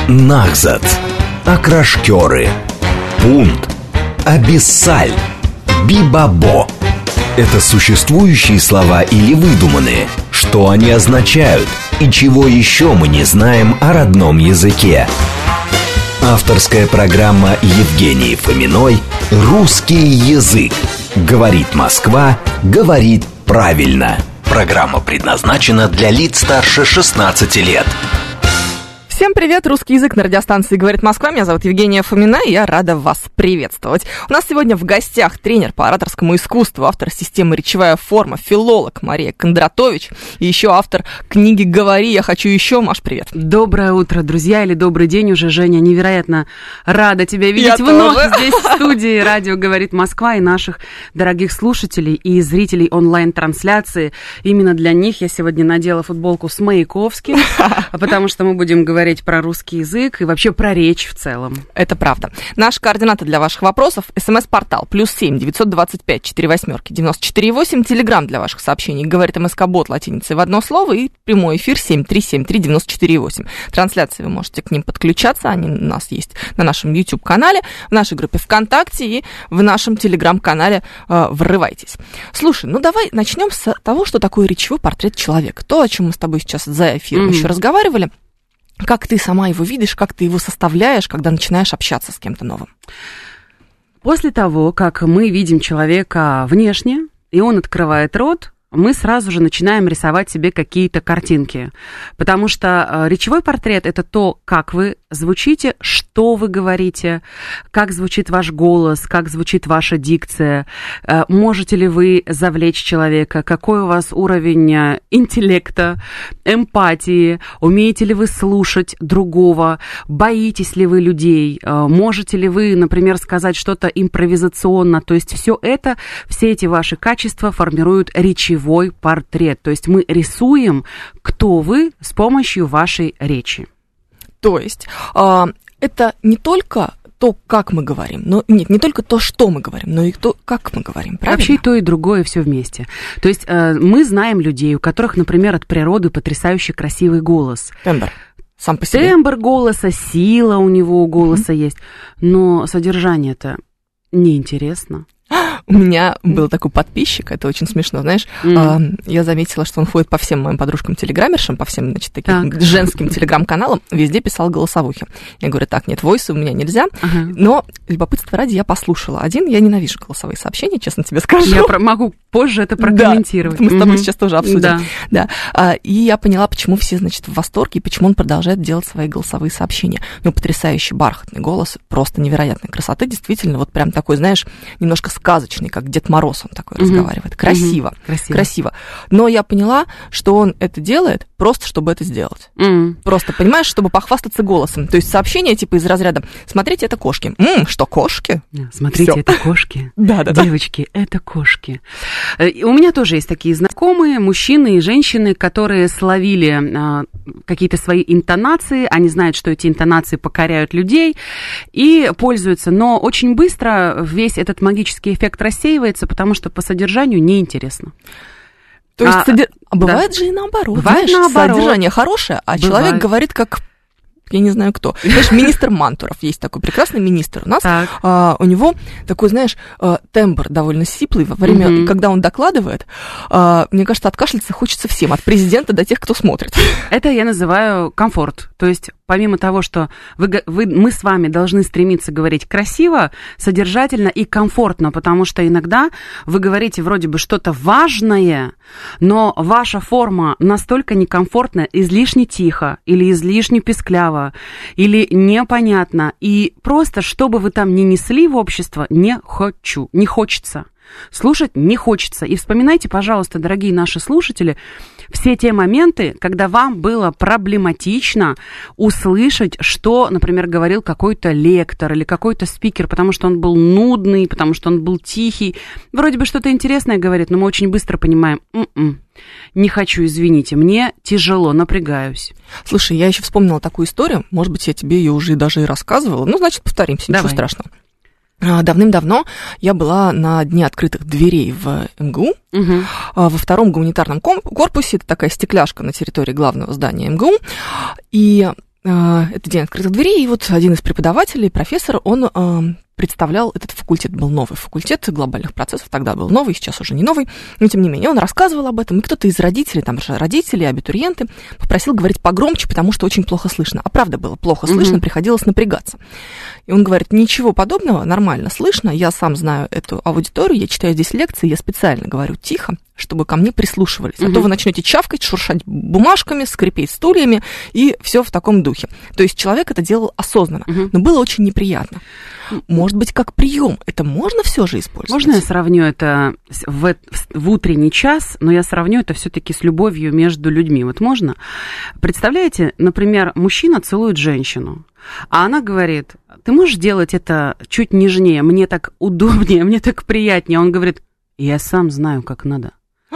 Нахзат, Акрашкеры, Пунт, Абиссаль, Бибабо. Это существующие слова или выдуманные? Что они означают? И чего еще мы не знаем о родном языке? Авторская программа Евгении Фоминой «Русский язык». Говорит Москва, говорит правильно. Программа предназначена для лиц старше 16 лет. Всем привет, русский язык на радиостанции «Говорит Москва». Меня зовут Евгения Фомина, и я рада вас приветствовать. У нас сегодня в гостях тренер по ораторскому искусству, автор системы «Речевая форма», филолог Мария Кондратович и еще автор книги «Говори, я хочу еще». Маш, привет. Доброе утро, друзья, или добрый день уже, Женя. Невероятно рада тебя видеть вновь здесь, в студии «Радио Говорит Москва», и наших дорогих слушателей и зрителей онлайн-трансляции. Именно для них я сегодня надела футболку с Маяковским, потому что мы будем говорить про русский язык и вообще про речь в целом. Это правда. Наши координаты для ваших вопросов: СМС-портал +7 925 48 94 8, Телеграм для ваших сообщений «Говорит МСК-бот» латиницей в одно слово, и прямой эфир 7373 94 8. Трансляции вы можете к ним подключаться, они у нас есть на нашем YouTube-канале, в нашей группе ВКонтакте и в нашем Телеграм-канале. Врывайтесь. Слушай, ну давай начнем с того, что такое речевой портрет человека. То, о чем мы с тобой сейчас за эфиром еще разговаривали. Как ты сама его видишь, как ты его составляешь, когда начинаешь общаться с кем-то новым? После того, как мы видим человека внешне, и он открывает рот, мы сразу же начинаем рисовать себе какие-то картинки. Потому что речевой портрет – это то, как вы звучите, что вы говорите, как звучит ваш голос, как звучит ваша дикция, можете ли вы завлечь человека, какой у вас уровень интеллекта, эмпатии, умеете ли вы слушать другого, боитесь ли вы людей, можете ли вы, например, сказать что-то импровизационно. То есть все эти ваши качества формируют речевой портрет. То есть мы рисуем, кто вы, с помощью вашей речи. То есть это не только то, как мы говорим, но нет, не только то, что мы говорим, но и то, как мы говорим, правильно? Вообще и то, и другое, все вместе. То есть мы знаем людей, у которых, например, от природы потрясающе красивый голос. Тембр. Сам по себе. Тембр голоса, сила у него у голоса есть, но содержание-то неинтересно. У меня был такой подписчик, это очень смешно, знаешь, я заметила, что он ходит по всем моим подружкам-телеграммершам, по всем, значит, таким женским телеграм-каналам, везде писал голосовухи. Я говорю, так, нет, войсы у меня нельзя, но любопытство ради я послушала один, я ненавижу голосовые сообщения, честно тебе скажу. Я могу позже это прокомментировать. Да, мы с тобой сейчас тоже обсудим. Да. И я поняла, почему все, значит, в восторге, и почему он продолжает делать свои голосовые сообщения. Ну, потрясающий бархатный голос, просто невероятной красоты, действительно, вот прям такой, знаешь, немножко сказочный, как Дед Мороз, он такой разговаривает. Красиво. Но я поняла, что он это делает просто, чтобы это сделать. Просто, понимаешь, чтобы похвастаться голосом. То есть сообщение типа из разряда «Смотрите, это кошки». Что, кошки? Смотрите, всё. Это кошки. Да. Девочки, это кошки. У меня тоже есть такие знакомые, мужчины и женщины, которые словили какие-то свои интонации, они знают, что эти интонации покоряют людей и пользуются, но очень быстро весь этот магический эффект рассеивается, потому что по содержанию неинтересно. То есть бывает же и наоборот. Бывает знаешь, наоборот. Содержание хорошее, а человек говорит как... Я не знаю кто. Знаешь, министр Мантуров, есть такой прекрасный министр у нас. У него такой, знаешь, тембр довольно сиплый во время, когда он докладывает. Мне кажется, откашляться хочется всем, от президента до тех, кто смотрит. Это я называю комфорт. То есть помимо того, что мы с вами должны стремиться говорить красиво, содержательно и комфортно, потому что иногда вы говорите вроде бы что-то важное, но ваша форма настолько некомфортная, излишне тихо или излишне пискляво, или непонятно, и просто, что бы вы там ни несли в общество, не хочется. Слушать не хочется. И вспоминайте, пожалуйста, дорогие наши слушатели, все те моменты, когда вам было проблематично услышать, что, например, говорил какой-то лектор или какой-то спикер, потому что он был нудный, потому что он был тихий. Вроде бы что-то интересное говорит, но мы очень быстро понимаем, не хочу, извините, мне тяжело, напрягаюсь. Слушай, я еще вспомнила такую историю, может быть, я тебе ее уже даже и рассказывала, ну, значит, повторимся, ничего страшного. Давным-давно я была на Дне открытых дверей в МГУ, во втором гуманитарном корпусе, это такая стекляшка на территории главного здания МГУ, и это день открытых дверей, и вот один из преподавателей, профессор, он представлял этот факультет, был новый факультет глобальных процессов, тогда был новый, сейчас уже не новый, но тем не менее он рассказывал об этом, и кто-то из родителей, там же родители, абитуриенты, попросил говорить погромче, потому что очень плохо слышно. А правда было плохо слышно, приходилось напрягаться. И он говорит, ничего подобного, нормально слышно, я сам знаю эту аудиторию, я читаю здесь лекции, я специально говорю тихо, чтобы ко мне прислушивались. А то вы начнете чавкать, шуршать бумажками, скрипеть стульями, и все в таком духе. То есть человек это делал осознанно, но было очень неприятно. Может быть, как прием, это можно все же использовать? Можно я сравню это в утренний час, но я сравню это все-таки с любовью между людьми. Вот можно? Представляете, например, мужчина целует женщину, а она говорит, ты можешь делать это чуть нежнее, мне так удобнее, мне так приятнее. Он говорит, я сам знаю, как надо.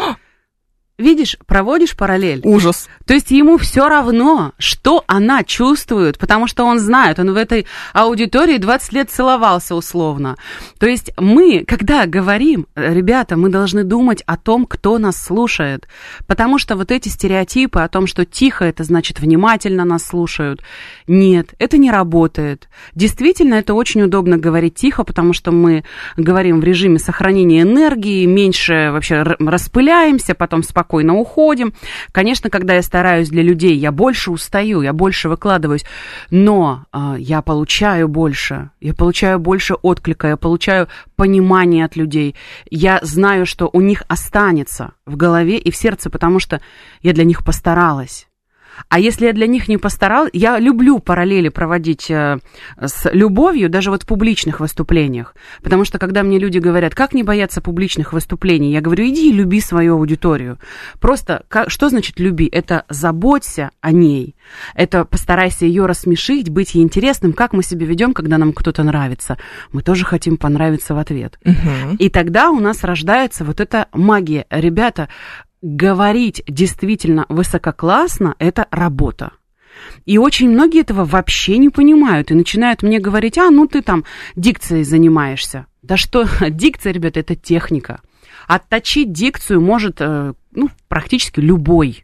Видишь, проводишь параллель. Ужас. То есть ему все равно, что она чувствует, потому что он знает, он в этой аудитории 20 лет целовался условно. То есть мы, когда говорим, ребята, мы должны думать о том, кто нас слушает, потому что вот эти стереотипы о том, что тихо, это значит внимательно нас слушают, нет, это не работает. Действительно, это очень удобно говорить тихо, потому что мы говорим в режиме сохранения энергии, меньше вообще распыляемся, потом спокойно уходим. Конечно, когда я стараюсь для людей, я больше устаю, я больше выкладываюсь, но я получаю больше отклика, я получаю понимание от людей. Я знаю, что у них останется в голове и в сердце, потому что я для них постаралась. А если я для них не постаралась, я люблю параллели проводить с любовью, даже вот в публичных выступлениях. Потому что когда мне люди говорят, как не бояться публичных выступлений, я говорю, иди и люби свою аудиторию. Просто, что значит люби? Это заботься о ней, это постарайся ее рассмешить, быть ей интересным, как мы себя ведем, когда нам кто-то нравится. Мы тоже хотим понравиться в ответ. И тогда у нас рождается вот эта магия. Ребята, говорить действительно высококлассно – это работа. И очень многие этого вообще не понимают и начинают мне говорить, ну ты там дикцией занимаешься. Да что, дикция, ребята, это техника. Отточить дикцию может практически любой.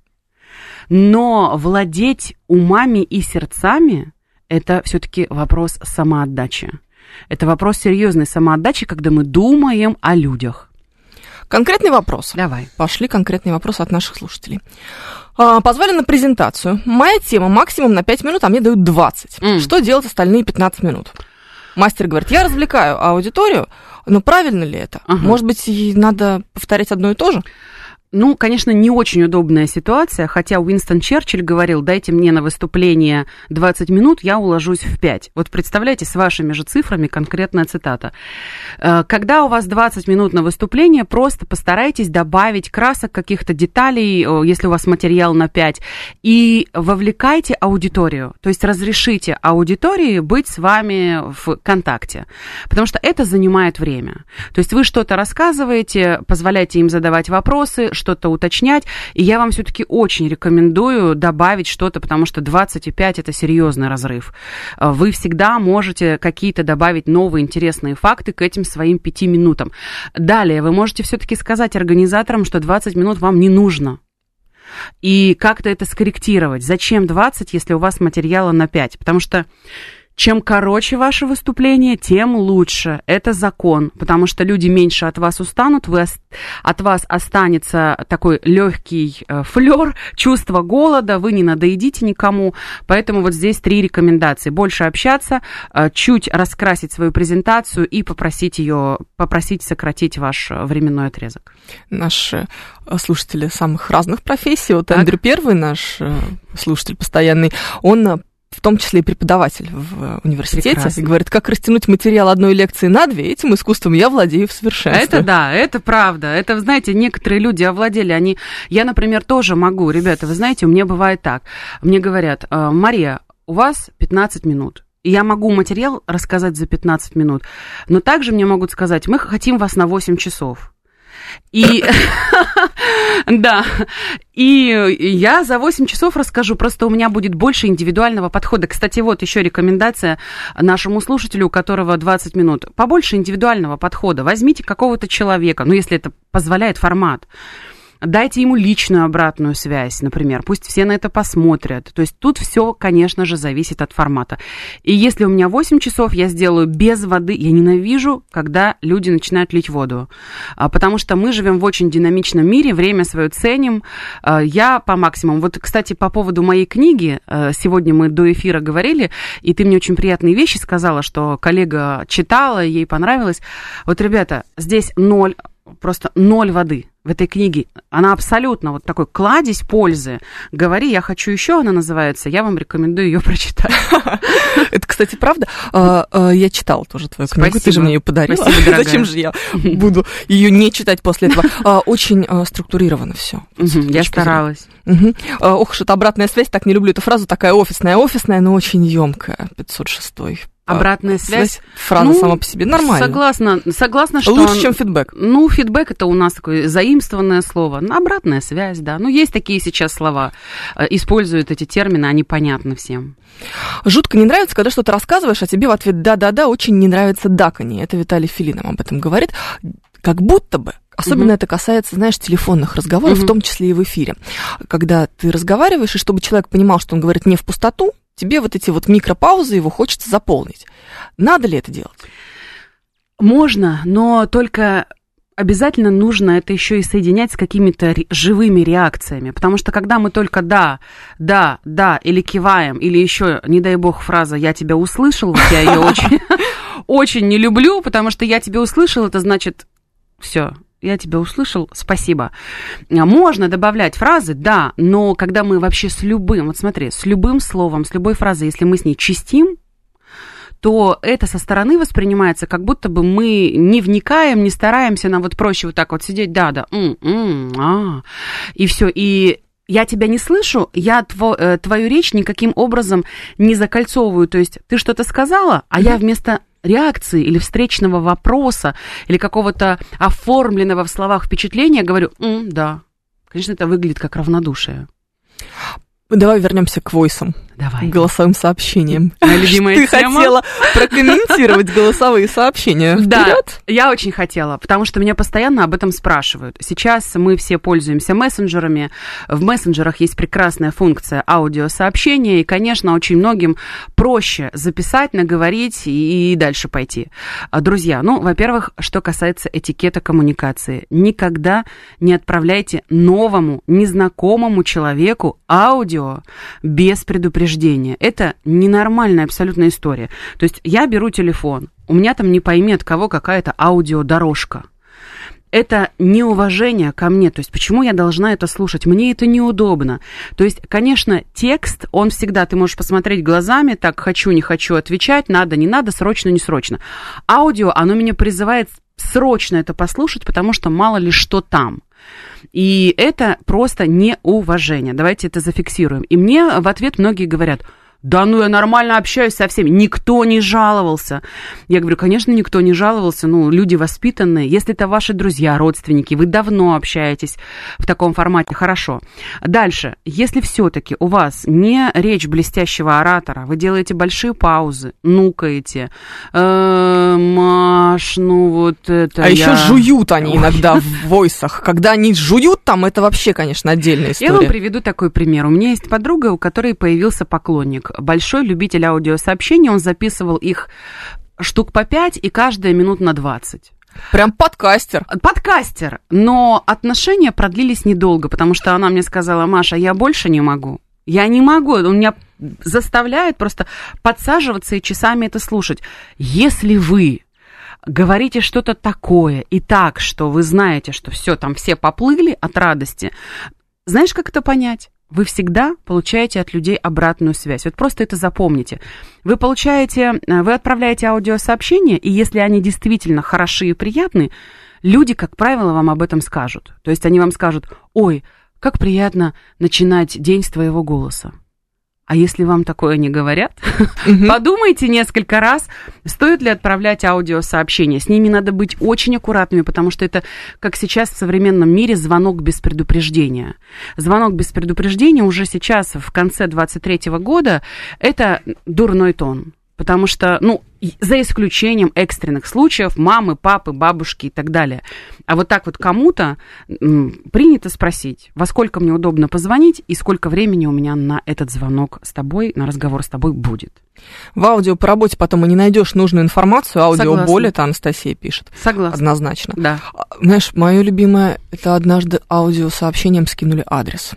Но владеть умами и сердцами – это все-таки вопрос самоотдачи. Это вопрос серьезной самоотдачи, когда мы думаем о людях. Конкретный вопрос. Давай. Пошли конкретные вопросы от наших слушателей. Позвали на презентацию. Моя тема максимум на 5 минут, а мне дают 20. Что делать остальные 15 минут? Мастер говорит, я развлекаю аудиторию, но правильно ли это? Может быть, надо повторять одно и то же? Ну, конечно, не очень удобная ситуация, хотя Уинстон Черчилль говорил, дайте мне на выступление 20 минут, я уложусь в 5. Вот представляете, с вашими же цифрами конкретная цитата. Когда у вас 20 минут на выступление, просто постарайтесь добавить красок, каких-то деталей, если у вас материал на 5, и вовлекайте аудиторию, то есть разрешите аудитории быть с вами в контакте, потому что это занимает время. То есть вы что-то рассказываете, позволяете им задавать вопросы, что-то уточнять, и я вам все-таки очень рекомендую добавить что-то, потому что 25 – это серьезный разрыв. Вы всегда можете какие-то добавить новые интересные факты к этим своим 5 минутам. Далее вы можете все-таки сказать организаторам, что 20 минут вам не нужно. И как-то это скорректировать. Зачем 20, если у вас материала на 5? Потому что чем короче ваше выступление, тем лучше. Это закон, потому что люди меньше от вас устанут, от вас останется такой легкий флер, чувство голода, вы не надоедите никому. Поэтому вот здесь 3 рекомендации. Больше общаться, чуть раскрасить свою презентацию и попросить сократить ваш временной отрезок. Наши слушатели самых разных профессий, вот Андрю Первый, наш слушатель постоянный, он в том числе и преподаватель в университете, и говорит, как растянуть материал одной лекции на 2, этим искусством я владею в совершенстве. Это да, это правда. Это, знаете, некоторые люди овладели, я, например, тоже могу. Ребята, вы знаете, у меня бывает так. Мне говорят, Мария, у вас 15 минут. И я могу материал рассказать за 15 минут, но также мне могут сказать, мы хотим вас на 8 часов. И да, и я за 8 часов расскажу, просто у меня будет больше индивидуального подхода. Кстати, вот еще рекомендация нашему слушателю, у которого 20 минут. Побольше индивидуального подхода. Возьмите какого-то человека, если это позволяет формат. Дайте ему личную обратную связь, например, пусть все на это посмотрят. То есть тут все, конечно же, зависит от формата. И если у меня 8 часов, я сделаю без воды. Я ненавижу, когда люди начинают лить воду, потому что мы живем в очень динамичном мире, время свое ценим. Я по максимуму. Вот, кстати, по поводу моей книги, сегодня мы до эфира говорили, и ты мне очень приятные вещи сказала, что коллега читала, ей понравилось. Вот, ребята, здесь просто ноль воды в этой книге. Она абсолютно вот такой кладезь пользы. «Говори, я хочу еще», она называется. Я вам рекомендую ее прочитать. Это, кстати, правда. Я читала тоже твою книгу, ты же мне ее подарила. Зачем же я буду ее не читать после этого? Очень структурировано все. Я старалась. Ох уж эта обратная связь, так не люблю эту фразу, такая офисная, но очень емкая. 506-й. Обратная связь. Фраза сама по себе нормально. Согласна, что... Лучше, чем фидбэк. Фидбэк это у нас такое заимствованное слово. Обратная связь, да. Есть такие сейчас слова. Используют эти термины, они понятны всем. Жутко не нравится, когда что-то рассказываешь, а тебе в ответ «да-да-да», очень не нравится даканье. Это Виталий Филин нам об этом говорит. Как будто бы, особенно это касается, знаешь, телефонных разговоров, в том числе и в эфире. Когда ты разговариваешь, и чтобы человек понимал, что он говорит не в пустоту, тебе вот эти вот микропаузы его хочется заполнить. Надо ли это делать? Можно, но только обязательно нужно это еще и соединять с какими-то живыми реакциями. Потому что когда мы только да, или киваем, или еще, не дай бог, фраза «я тебя услышал», вот я ее очень не люблю, потому что «я тебя услышал» это значит все. Я тебя услышал, спасибо. Можно добавлять фразы, да, но когда мы вообще с любым словом, с любой фразой, если мы с ней чистим, то это со стороны воспринимается, как будто бы мы не вникаем, не стараемся, нам вот проще вот так вот сидеть, и все, и я тебя не слышу, я твою речь никаким образом не закольцовываю, то есть ты что-то сказала, а я вместо реакции или встречного вопроса, или какого-то оформленного в словах впечатления говорю, да, конечно, это выглядит как равнодушие. Давай вернемся к войсам. Давай. К голосовым сообщениям. Моя любимая Ты тема. хотела прокомментировать голосовые сообщения. Да, Вперед. я очень хотела, потому что меня постоянно об этом спрашивают. Сейчас мы все пользуемся мессенджерами. В мессенджерах есть прекрасная функция аудиосообщения, и, конечно, очень многим проще записать, наговорить и дальше пойти. Друзья, во-первых, что касается этикета коммуникации. Никогда не отправляйте новому, незнакомому человеку аудио без предупреждения. Это ненормальная абсолютная история. То есть я беру телефон, у меня там не пойми от кого какая-то аудиодорожка. Это неуважение ко мне. То есть почему я должна это слушать? Мне это неудобно. То есть, конечно, текст, он всегда, ты можешь посмотреть глазами, так, хочу, не хочу отвечать, надо, не надо, срочно, не срочно. Аудио, оно меня призывает срочно это послушать, потому что мало ли что там. И это просто неуважение. Давайте это зафиксируем. И мне в ответ многие говорят, да я нормально общаюсь со всеми, никто не жаловался. Я говорю, конечно, никто не жаловался, люди воспитанные. Если это ваши друзья, родственники, вы давно общаетесь в таком формате, хорошо. Дальше, если все-таки у вас не речь блестящего оратора, вы делаете большие паузы, нукаете, Маш, это А еще жуют они иногда в войсах. Когда они жуют там, это вообще, конечно, отдельная история. Я вам приведу такой пример. У меня есть подруга, у которой появился поклонник. Большой любитель аудиосообщений, он записывал их штук по 5 и каждая минут на 20. Прям подкастер. Подкастер. Но отношения продлились недолго, потому что она мне сказала, Маша, я больше не могу. Я не могу. Он меня заставляет просто подсаживаться и часами это слушать. Если вы говорите что-то такое и так, что вы знаете, что все, там все поплыли от радости, знаешь, как это понять? Вы всегда получаете от людей обратную связь. Вот просто это запомните. Вы отправляете аудиосообщения, и если они действительно хороши и приятны, люди, как правило, вам об этом скажут. То есть они вам скажут, ой, как приятно начинать день с твоего голоса. А если вам такое не говорят, подумайте несколько раз, стоит ли отправлять аудиосообщения. С ними надо быть очень аккуратными, потому что это, как сейчас в современном мире, звонок без предупреждения. Звонок без предупреждения уже сейчас, в конце 2023 года, это дурной тон. Потому что, за исключением экстренных случаев, мамы, папы, бабушки и так далее. А вот так вот кому-то принято спросить, во сколько мне удобно позвонить и сколько времени у меня на этот звонок с тобой, на разговор с тобой будет. В аудио по работе потом и не найдешь нужную информацию, аудиоболь, это Анастасия пишет. Согласна. Однозначно. Да. Знаешь, мое любимое, это однажды аудиосообщением скинули адрес.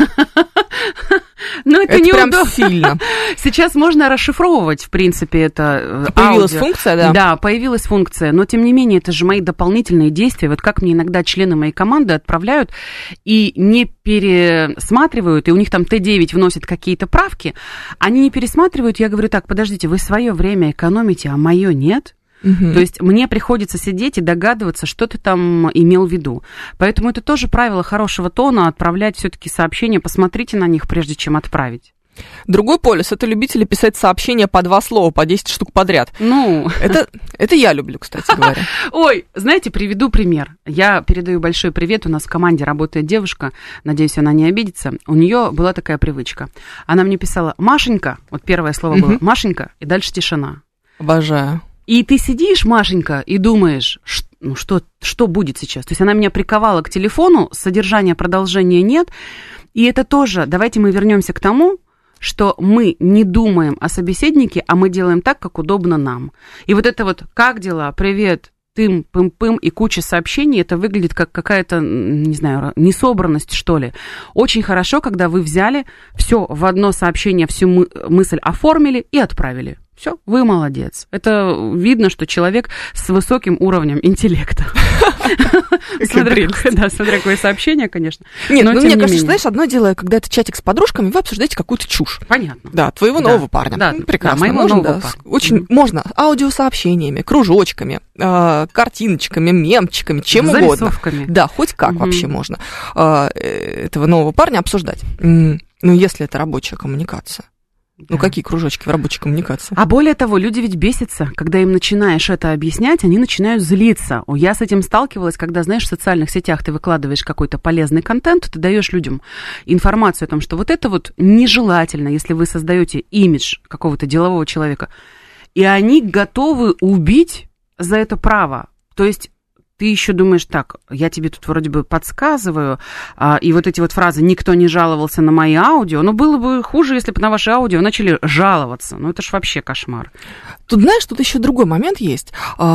Но это прям неудобно. сильно. Сейчас можно расшифровывать, в принципе, это Появилась аудио. функция, да? Да, появилась функция, но тем не менее, это же мои дополнительные действия. Вот как мне иногда члены моей команды отправляют и не пересматривают, и у них там Т9 вносят какие-то правки, они не пересматривают, я говорю, так, подождите, вы свое время экономите, а мое нет? Угу. То есть мне приходится сидеть и догадываться, что ты там имел в виду. Поэтому это тоже правило хорошего тона, отправлять все-таки сообщения, посмотрите на них, прежде чем отправить. Другой полюс – это любители писать сообщения по 2 слова, по 10 штук подряд. Ну, это я люблю, кстати говоря. Ой, знаете, приведу пример. Я передаю большой привет, у нас в команде работает девушка, надеюсь, она не обидится. У нее была такая привычка. Она мне писала «Машенька», вот первое слово было «Машенька», и дальше тишина. Обожаю. И ты сидишь, Машенька, и думаешь, что будет сейчас? То есть она меня приковала к телефону, содержания, продолжения нет. И это тоже, давайте мы вернемся к тому, что мы не думаем о собеседнике, а мы делаем так, как удобно нам. И вот это вот «как дела?», «привет?», «тым», «пым-пым» и куча сообщений, это выглядит как какая-то, не знаю, несобранность, что ли. Очень хорошо, когда вы взяли все в одно сообщение, всю мысль оформили и отправили. Все, вы молодец. Это видно, что человек с высоким уровнем интеллекта. Смотря какое сообщение, конечно. Нет, ну мне кажется, знаешь, одно дело, когда это чатик с подружками, вы обсуждаете какую-то чушь. Понятно. Да, твоего нового парня. Прекрасно. Моего нового парня. Очень можно аудиосообщениями, кружочками, картиночками, мемчиками, чем угодно. Зарисовками. Да, хоть как вообще можно этого нового парня обсуждать. Ну, если это рабочая коммуникация. Ну, какие кружочки в рабочей коммуникации? А более того, люди ведь бесятся, когда им начинаешь это объяснять, они начинают злиться. Я с этим сталкивалась, когда, знаешь, в социальных сетях ты выкладываешь какой-то полезный контент, ты даешь людям информацию о том, что вот это вот нежелательно, если вы создаете имидж какого-то делового человека, и они готовы убить за это право. То есть ты еще думаешь, так, я тебе тут вроде бы подсказываю, и вот эти вот фразы «никто не жаловался на мои аудио», но было бы хуже, если бы на ваши аудио начали жаловаться. Ну, это ж вообще кошмар. Тут, знаешь, тут еще другой момент есть.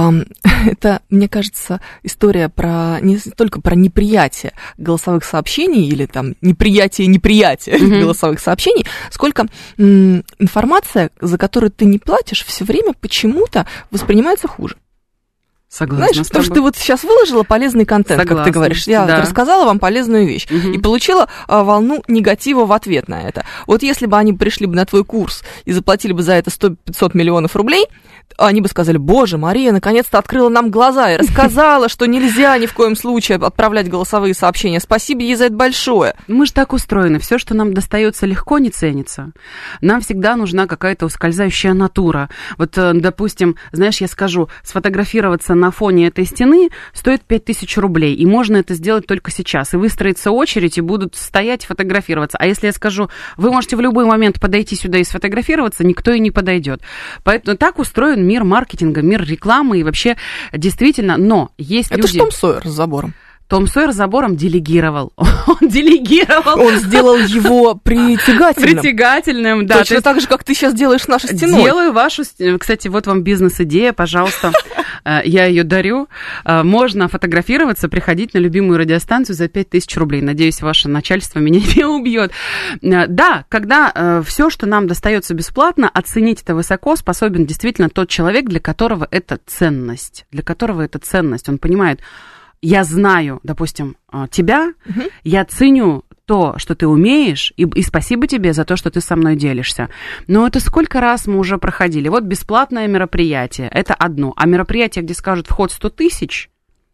Это, мне кажется, история про не только про неприятие голосовых сообщений или там неприятие голосовых сообщений, сколько информация, за которую ты не платишь, все время почему-то воспринимается хуже. Согласна. Знаешь, потому что ты вот сейчас выложила полезный контент, Согласна, как ты говоришь. Я рассказала вам полезную вещь и получила волну негатива в ответ на это. Вот если бы они пришли бы на твой курс и заплатили бы за это 100-500 миллионов рублей, они бы сказали: боже, Мария наконец-то открыла нам глаза и рассказала, что нельзя ни в коем случае отправлять голосовые сообщения. Спасибо ей за это большое. Мы же так устроены. Все, что нам достается легко, не ценится. Нам всегда нужна какая-то ускользающая натура. Вот, допустим, знаешь, я скажу, сфотографироваться на фоне этой стены стоит 5000 рублей, и можно это сделать только сейчас. И выстроится очередь, и будут стоять и фотографироваться. А если я скажу, вы можете в любой момент подойти сюда и сфотографироваться, никто и не подойдет. Поэтому так устроен мир маркетинга, мир рекламы и вообще действительно, но есть это люди... Это Том Сойер с забором. Том Сойер с забором делегировал. Он делегировал. Он сделал его притягательным. Притягательным, да. Точно так же, как ты сейчас делаешь с нашей стеной. Делаю вашу... Кстати, вот вам бизнес-идея, пожалуйста. Я ее дарю. Можно фотографироваться, приходить на любимую радиостанцию за 5000 рублей. Надеюсь, ваше начальство меня не убьет. Да, когда все, что нам достается бесплатно, оценить это высоко способен действительно тот человек, для которого это ценность. Для которого это ценность. Он понимает... Я знаю, допустим, тебя, я ценю то, что ты умеешь, и спасибо тебе за то, что ты со мной делишься. Но это сколько раз мы уже проходили. Вот бесплатное мероприятие, это одно. А мероприятие, где скажут вход 100 тысяч...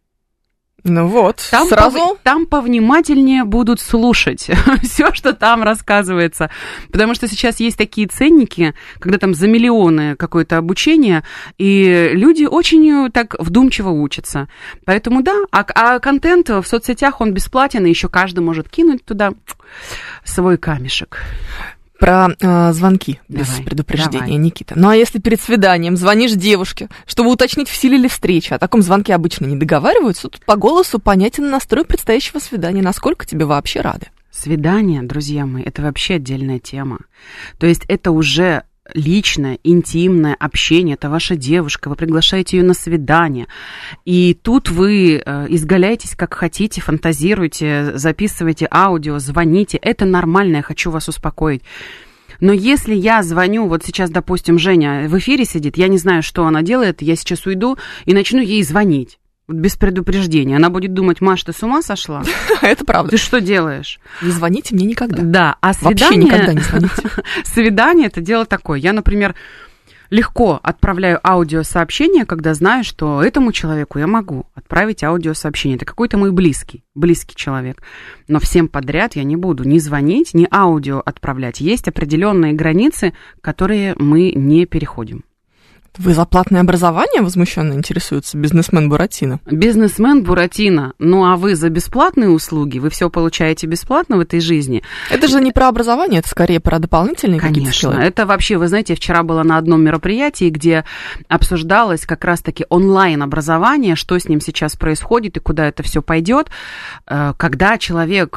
Ну вот, там сразу... Там повнимательнее будут слушать все, что там рассказывается. Потому что сейчас есть такие ценники, когда там за миллионы какое-то обучение, и люди очень так вдумчиво учатся. Поэтому да, а контент в соцсетях, он бесплатен, и еще каждый может кинуть туда свой камешек. Про звонки без предупреждения, давай. Никита. Ну а если перед свиданием звонишь девушке, чтобы уточнить, в силе ли встреча, о таком звонке обычно не договариваются, тут по голосу понятен настрой предстоящего свидания, насколько тебе вообще рады. Свидание, друзья мои, это вообще отдельная тема. То есть это уже личное, интимное общение, это ваша девушка, вы приглашаете ее на свидание, и тут вы изгаляетесь как хотите, фантазируете, записываете аудио, звоните, это нормально, я хочу вас успокоить. Но если я звоню, вот сейчас, допустим, Женя в эфире сидит, я не знаю, что она делает, я сейчас уйду и начну ей звонить. Без предупреждения. Она будет думать: Маш, ты с ума сошла? Это правда. Ты что делаешь? Не звоните мне никогда. Да, а свидание... Вообще никогда не звоните. Свидание – это дело такое. Я, например, легко отправляю аудиосообщение, когда знаю, что этому человеку я могу отправить аудиосообщение. Это какой-то мой близкий человек. Но всем подряд я не буду ни звонить, ни аудио отправлять. Есть определенные границы, которые мы не переходим. Вы за платное образование возмущенно интересуется бизнесмен Буратино? Бизнесмен Буратино. Ну, а вы за бесплатные услуги? Вы все получаете бесплатно в этой жизни? Это же не про образование, это скорее про дополнительные какие-то скиллы. Конечно. Это вообще, вы знаете, вчера была на одном мероприятии, где обсуждалось как раз-таки онлайн-образование, что с ним сейчас происходит и куда это все пойдет. Когда человек...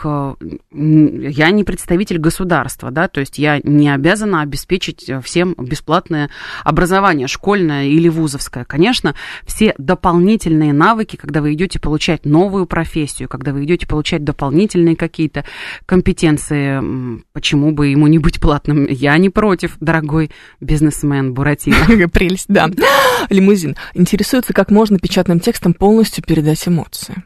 Я не представитель государства, да, то есть я не обязана обеспечить всем бесплатное образование, школьное или вузовское. Конечно, все дополнительные навыки, когда вы идете получать новую профессию, когда вы идете получать дополнительные какие-то компетенции, почему бы ему не быть платным? Я не против, дорогой бизнесмен Буратино. Прелесть, да. Лимузин. Интересуется, как можно печатным текстом полностью передать эмоции.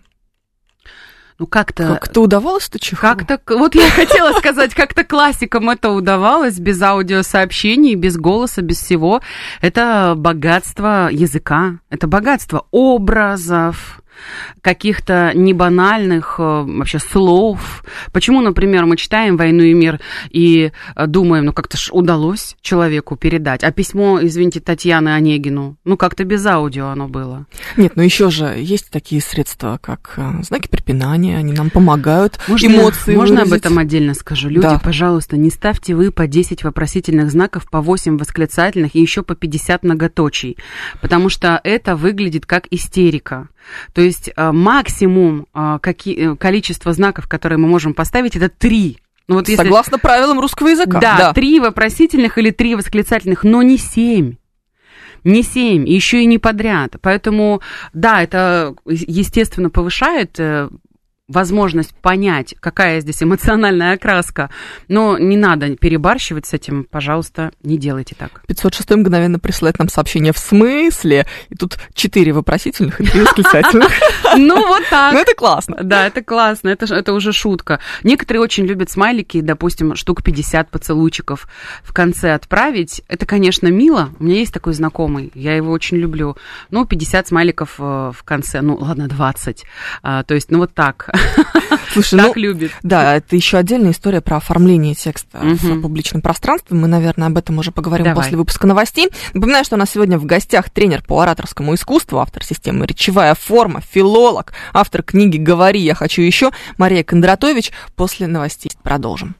Ну, как-то удавалось-то Чехову? Вот я хотела сказать, как-то классикам это удавалось, без аудиосообщений, без голоса, без всего. Это богатство языка, это богатство образов, каких-то небанальных вообще слов. Почему, например, мы читаем «Войну и мир» и думаем, ну как-то ж удалось человеку передать, а письмо, извините, Татьяны Онегину, ну как-то без аудио оно было. Нет, ну еще же есть такие средства, как знаки препинания, они нам помогают эмоции Можно выразить? Об этом отдельно скажу? Люди, да. Пожалуйста, не ставьте вы по 10 вопросительных знаков, по 8 восклицательных и еще по 50 многоточий, потому что это выглядит как истерика. То есть максимум количество знаков, которые мы можем поставить, это 3. Ну, вот согласно правилам русского языка. Да, 3 вопросительных или 3 восклицательных, но не 7. Не 7, еще и не подряд. Поэтому, да, это, естественно, повышает возможность понять, какая здесь эмоциональная окраска, но не надо перебарщивать с этим, пожалуйста, не делайте так. 506 мгновенно присылает нам сообщение «в смысле?» И тут 4 вопросительных и 3 восклицательных. Ну, вот так. Ну, это классно. Да, это классно, это уже шутка. Некоторые очень любят смайлики, допустим, штук 50 поцелуйчиков в конце отправить. Это, конечно, мило. У меня есть такой знакомый, я его очень люблю. Ну, 50 смайликов в конце, ну, ладно, 20. То есть, ну, вот так. Слушай, так любит. Да, это еще отдельная история про оформление текста в публичном пространстве. Мы, наверное, об этом уже поговорим после выпуска новостей. Напоминаю, что у нас сегодня в гостях тренер по ораторскому искусству, автор системы «Речевая форма», филолог, автор книги «Говори, я хочу еще» Мария Кондратович. После новостей продолжим.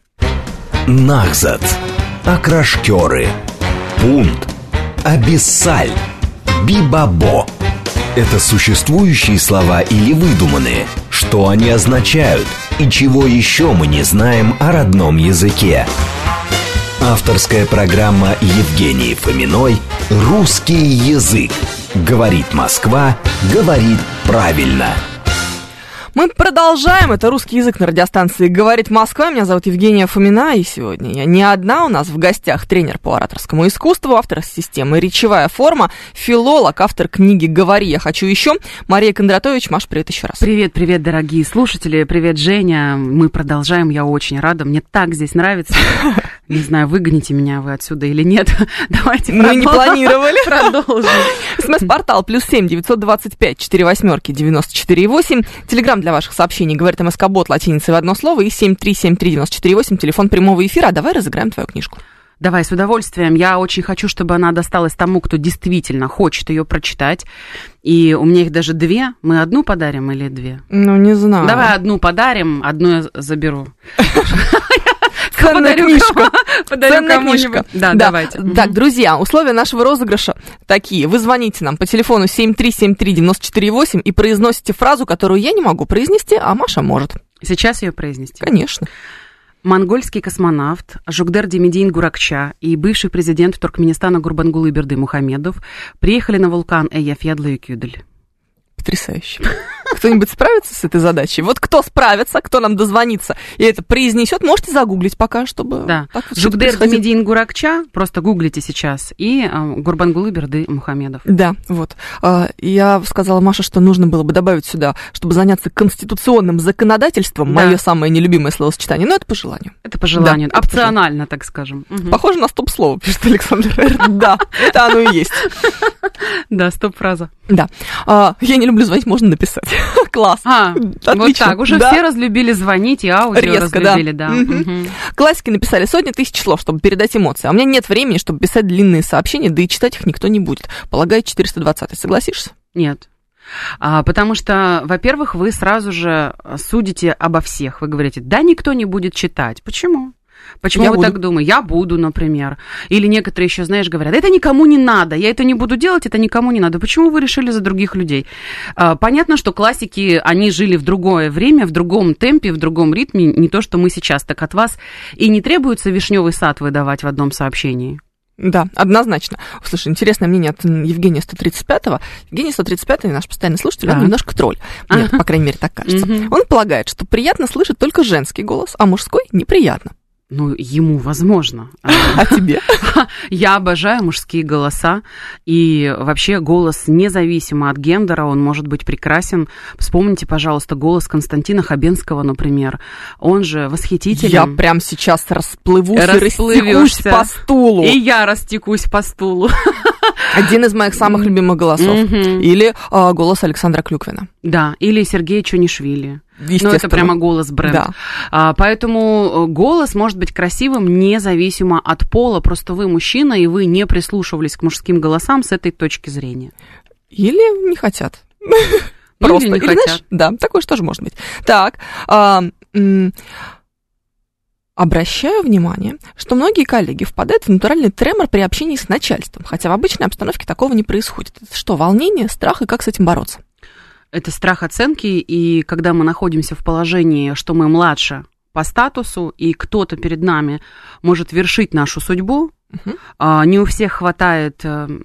Нахзат. Окрашкеры. Пунт. Абиссаль. Бибабо. Это существующие слова или выдуманные? Что они означают? И чего еще мы не знаем о родном языке? Авторская программа Евгении Фоминой «Русский язык». Говорит Москва, говорит правильно. Мы продолжаем. Это «Русский язык» на радиостанции «Говорит Москва». Меня зовут Евгения Фомина, и сегодня я не одна. У нас в гостях тренер по ораторскому искусству, автор системы «Речевая форма», филолог, автор книги «Говори, я хочу еще» Мария Кондратович. Маш, привет еще раз. Привет, привет, дорогие слушатели. Привет, Женя. Мы продолжаем. Я очень рада. Мне так здесь нравится. Не знаю, выгоните меня вы отсюда или нет. Давайте мы не планировали. Продолжим. СМС-портал +7 925 48 94 8. Телеграм для ваших сообщений говорит МСК-бот латиницей в одно слово и 7373948, телефон прямого эфира. А давай разыграем твою книжку. Давай, с удовольствием. Я очень хочу, чтобы она досталась тому, кто действительно хочет ее прочитать. И у меня их даже 2. Мы одну подарим или 2? Ну, не знаю. Давай одну подарим, одну я заберу. Ценная книжка. Подарю кому-нибудь. Да, давайте. Так, друзья, условия нашего розыгрыша такие. Вы звоните нам по телефону 7373948 и произносите фразу, которую я не могу произнести, а Маша может. Сейчас ее произнести? Конечно. Монгольский космонавт Жугдер Демидин Гуракча и бывший президент Туркменистана Гурбангулы Бердымухамедов приехали на вулкан Эйяфьядлы-Юкюдель. Потрясающе. Кто-нибудь справится с этой задачей? Вот кто справится, кто нам дозвонится и это произнесет, можете загуглить пока, чтобы... Да. Жугдер Демидин Гуракча, просто гуглите сейчас, и Гурбангулы Бердымухамедов. Да, вот. Я сказала Маше, что нужно было бы добавить сюда, чтобы заняться конституционным законодательством, мое самое нелюбимое словосочетание, но это по желанию. Это по желанию, да, опционально, так скажем. Похоже на стоп-слово, пишет Александр. Да, это оно и есть. Да, стоп-фраза. Да. Я не люблю звонить, можно написать. Класс. Отлично. Вот так. Уже все разлюбили звонить, и аудио резко, разлюбили, да. Классики написали сотни тысяч слов, чтобы передать эмоции. А у меня нет времени, чтобы писать длинные сообщения, да и читать их никто не будет. Полагаю, 420. Согласишься? Нет. Потому что, во-первых, вы сразу же судите обо всех. Вы говорите, да, никто не будет читать. Почему? Почему вы так думаете? Я буду, например. Или некоторые еще, знаешь, говорят, это никому не надо, я это не буду делать, это никому не надо. Почему вы решили за других людей? Понятно, что классики, они жили в другое время, в другом темпе, в другом ритме, не то, что мы сейчас. Так от вас и не требуется вишневый сад выдавать в одном сообщении. Да, однозначно. Слушай, интересное мнение от Евгения 135-го. Евгений 135-й, наш постоянный слушатель, он немножко тролль. Мне, по крайней мере, так кажется. Он полагает, что приятно слышать только женский голос, а мужской неприятно. Ну, ему возможно. А тебе? Я обожаю мужские голоса, и вообще голос независимо от гендера, он может быть прекрасен. Вспомните, пожалуйста, голос Константина Хабенского, например. Он же восхитителен. Я прям сейчас расплывусь и растекусь по стулу. И я растекусь по стулу. Один из моих самых любимых голосов. Или голос Александра Клюквина. Да, или Сергея Чонишвили. Ну, это прямо голос-бренд. Да. Поэтому голос может быть красивым независимо от пола. Просто вы мужчина, и вы не прислушивались к мужским голосам с этой точки зрения. Или не хотят. Просто. Или не хотят. Знаешь, да, такое же тоже может быть. Так, обращаю внимание, что многие коллеги впадают в натуральный тремор при общении с начальством, хотя в обычной обстановке такого не происходит. Это что, волнение, страх, и как с этим бороться? Это страх оценки, и когда мы находимся в положении, что мы младше по статусу, и кто-то перед нами может вершить нашу судьбу, не у всех хватает,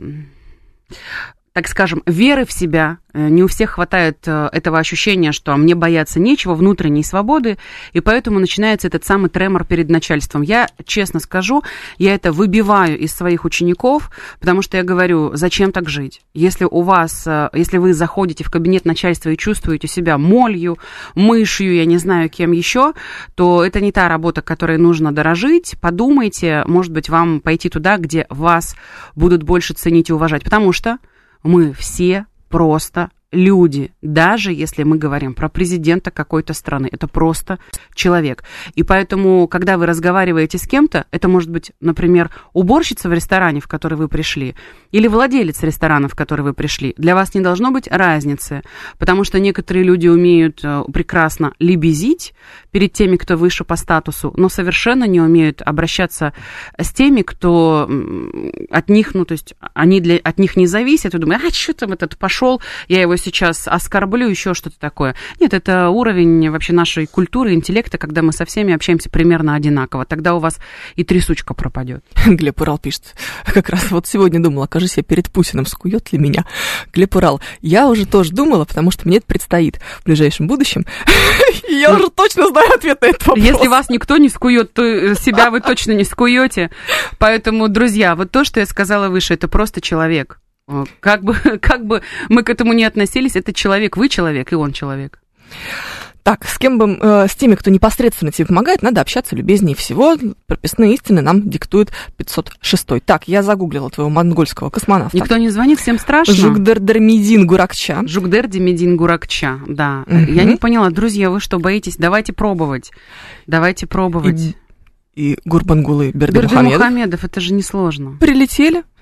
так скажем, веры в себя, не у всех хватает этого ощущения, что мне бояться нечего, внутренней свободы, и поэтому начинается этот самый тремор перед начальством. Я, честно скажу, я это выбиваю из своих учеников, потому что я говорю, зачем так жить? Если вы заходите в кабинет начальства и чувствуете себя молью, мышью, я не знаю, кем еще, то это не та работа, которой нужно дорожить. Подумайте, может быть, вам пойти туда, где вас будут больше ценить и уважать, потому что мы все просто люди, даже если мы говорим про президента какой-то страны, это просто человек. И поэтому, когда вы разговариваете с кем-то, это может быть, например, уборщица в ресторане, в который вы пришли, или владелец ресторана, в который вы пришли. Для вас не должно быть разницы, потому что некоторые люди умеют прекрасно лебезить перед теми, кто выше по статусу, но совершенно не умеют обращаться с теми, кто от них, ну, то есть они от них не зависят, и думают, что там этот пошел, я его сейчас оскорблю, еще что-то такое. Нет, это уровень вообще нашей культуры, интеллекта, когда мы со всеми общаемся примерно одинаково. Тогда у вас и трясучка пропадет. Глеб Урал пишет, как раз вот сегодня думала, окажись, я перед Путиным, скует ли меня. Глеб Урал, я уже тоже думала, потому что мне это предстоит в ближайшем будущем. И я уже точно знаю ответ на этот вопрос. Если вас никто не скует, то себя вы точно не скуете. Поэтому, друзья, вот то, что я сказала выше, это просто человек. Как бы мы к этому не относились, это человек, вы человек, и он человек. Так, с теми, кто непосредственно тебе помогает, надо общаться любезнее всего. Прописные истины нам диктует 506. Так, я загуглила твоего монгольского космонавта. Никто не звонит, всем страшно. Жугдер Демидин Гуракча. Жугдер Демидин Гуракча, да. Я не поняла, друзья, вы что, боитесь? Давайте пробовать. И Гурбангулы Бердымухамедов. Бердымухамедов, это же несложно. Прилетели.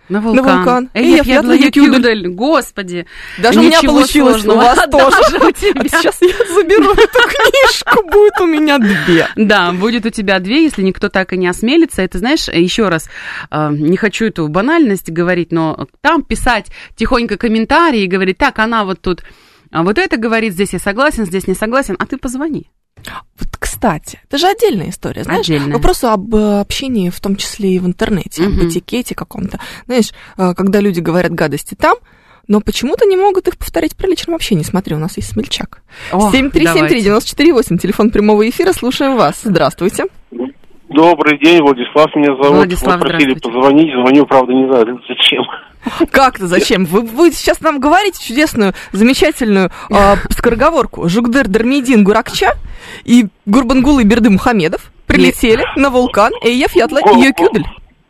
На вулкан. Эйя, фьятла, якюдель. Господи. Даже у меня получилось, у вас тоже. Сейчас я заберу эту книжку, будет у меня 2. Да, будет у тебя 2, если никто так и не осмелится. Это, знаешь, еще раз, не хочу эту банальность говорить, но там писать тихонько комментарии и говорить, так, она вот тут вот это говорит, здесь я согласен, здесь не согласен, а ты позвони. Вот, кстати, это же отдельная история, знаешь? Отдельная. Вопрос об общении, в том числе и в интернете, об этикете каком-то. Знаешь, когда люди говорят гадости там, но почему-то не могут их повторять при личном общении. Смотри, у нас есть смельчак. 7373948, телефон прямого эфира, слушаем вас. Здравствуйте. Добрый день, Владислав меня зовут. Владислав, вы просили позвонить, звоню, правда, не знаю, зачем. Как-то зачем? Вы сейчас нам говорите чудесную, замечательную скороговорку. Жугдер Дармидин Гуракча и Гурбангулы Берды Мухамедов прилетели на вулкан Эйя, фьятла, якюдель.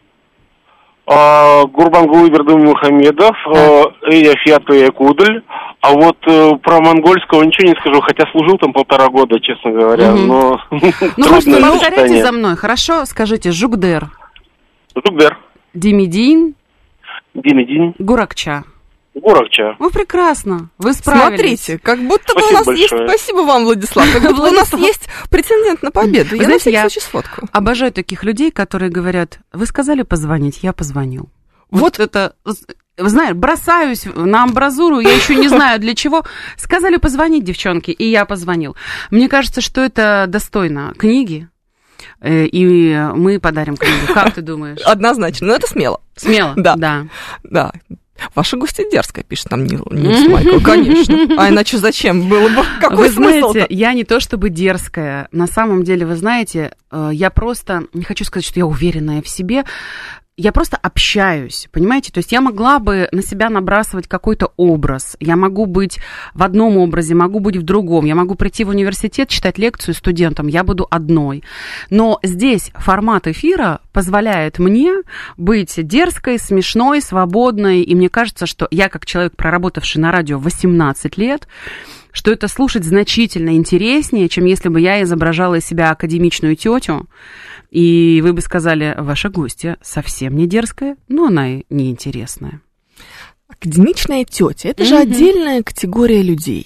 Гурбангулы Берды Мухамедов, Эйя, фьятла, якюдель. А вот про монгольского ничего не скажу, хотя служил там 1,5 года, честно говоря, но... Ну, просто повторяйте за мной, хорошо? Скажите, Жугдер. Жугдер. Демидин. Демидин. Гуракча. Гуракча. Ну, прекрасно, вы справились. Смотрите, как будто бы у нас есть... Спасибо вам, Владислав. Как будто у нас есть претендент на победу. Я на всякий случай сфоткаю. Обожаю таких людей, которые говорят, вы сказали позвонить, я позвонил. Вот это... Знаешь, бросаюсь на амбразуру, я еще не знаю для чего. Сказали позвонить, девчонки, и я позвонил. Мне кажется, что это достойно книги, и мы подарим книгу. Как ты думаешь? Однозначно, но это смело. Смело? Да. Ваша гостья дерзкая, пишет нам Нилс Майкл, конечно. А иначе зачем было бы? Какой смысл? Вы знаете, я не то чтобы дерзкая. На самом деле, вы знаете, я просто, не хочу сказать, что я уверенная в себе, я просто общаюсь, понимаете? То есть я могла бы на себя набрасывать какой-то образ. Я могу быть в одном образе, могу быть в другом. Я могу прийти в университет, читать лекцию студентам, я буду одной. Но здесь формат эфира позволяет мне быть дерзкой, смешной, свободной. И мне кажется, что я, как человек, проработавший на радио 18 лет, что это слушать значительно интереснее, чем если бы я изображала из себя академичную тетю, и вы бы сказали, ваша гостья совсем не дерзкая, но она и неинтересная. Академичная тетя, это же отдельная категория людей.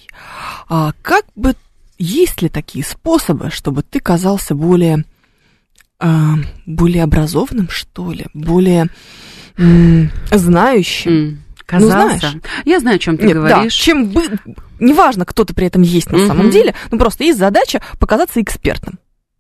Есть ли такие способы, чтобы ты казался более образованным, что ли, более знающим? Казался? Я знаю, о чем ты говоришь. Да, неважно, кто ты при этом есть на самом деле, но просто есть задача показаться экспертным.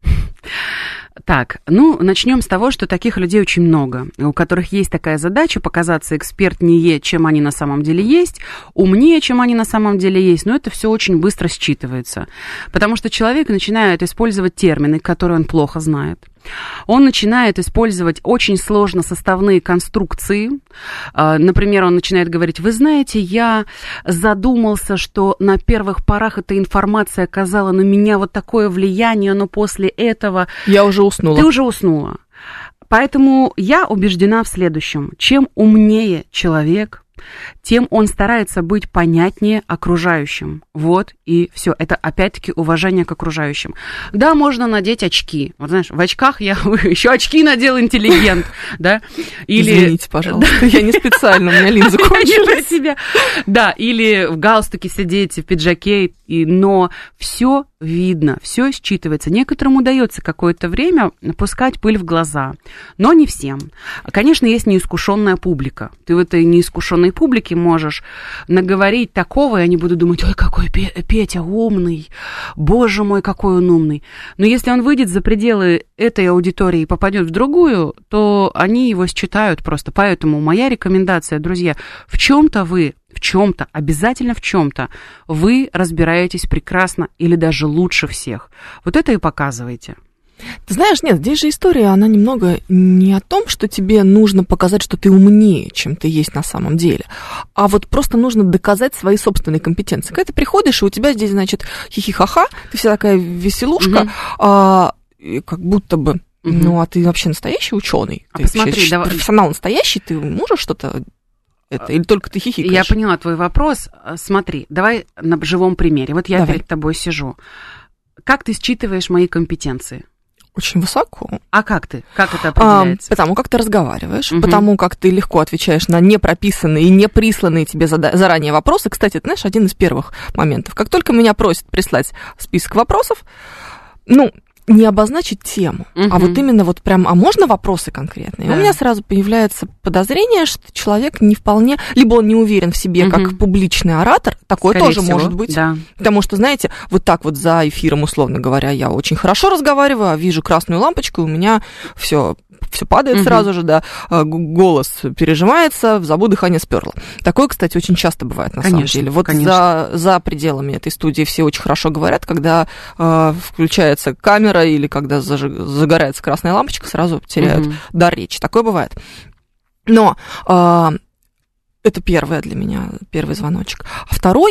Так, начнем с того, что таких людей очень много, у которых есть такая задача показаться экспертнее, чем они на самом деле есть, умнее, чем они на самом деле есть, но это все очень быстро считывается, потому что человек начинает использовать термины, которые он плохо знает. Он начинает использовать очень сложно составные конструкции. Например, он начинает говорить, вы знаете, я задумался, что на первых порах эта информация оказала на меня вот такое влияние, но после этого... Я уже уснула. Ты уже уснула. Поэтому я убеждена в следующем. Чем умнее человек, тем он старается быть понятнее окружающим. Вот и все. Это опять-таки уважение к окружающим. Да, можно надеть очки. Вот знаешь, в очках я еще очки надел интеллигент, да? Извините, пожалуйста, я не специально, у меня линзы кончились. Да, или в галстуке сидеть, в пиджаке, но все видно, все считывается. Некоторым удается какое-то время пускать пыль в глаза, но не всем. Конечно, есть неискушенная публика. Ты в этой неискушенной публике можешь наговорить такого, и они будут думать, ой, какой Петя умный, боже мой, какой он умный. Но если он выйдет за пределы этой аудитории и попадет в другую, то они его считают просто. Поэтому моя рекомендация, друзья, в чем-то, обязательно в чем-то вы разбираетесь прекрасно или даже лучше всех. Вот это и показывайте. Ты знаешь, нет, здесь же история, она немного не о том, что тебе нужно показать, что ты умнее, чем ты есть на самом деле, а вот просто нужно доказать свои собственные компетенции. Когда ты приходишь, и у тебя здесь, значит, хихи-ха-ха, ты вся такая веселушка, как будто бы, а ты вообще настоящий ученый, ты посмотри, профессионал настоящий, ты можешь что-то... или только ты хихикаешь? Я поняла твой вопрос. Смотри, давай на живом примере. Вот я перед тобой сижу. Как ты считываешь мои компетенции? Очень высоко. А как ты? Как это определяется? Потому как ты разговариваешь, потому как ты легко отвечаешь на непрописанные и не присланные тебе заранее вопросы. Кстати, это, знаешь, один из первых моментов. Как только меня просят прислать список вопросов, не обозначить тему, а вот именно вот прям, а можно вопросы конкретные? Да. У меня сразу появляется подозрение, что человек не вполне, либо он не уверен в себе как публичный оратор, такое скорее тоже всего, может быть. Да. Потому что, знаете, вот так вот за эфиром, условно говоря, я очень хорошо разговариваю, а вижу красную лампочку, и у меня все падает сразу же, да, голос пережимается, в забу дыхание сперло. Такое, кстати, очень часто бывает, на самом деле. Вот за пределами этой студии все очень хорошо говорят, когда включается камера или когда загорается красная лампочка, сразу теряют дар речи. Такое бывает. Но это первое для меня, первый звоночек. А второй,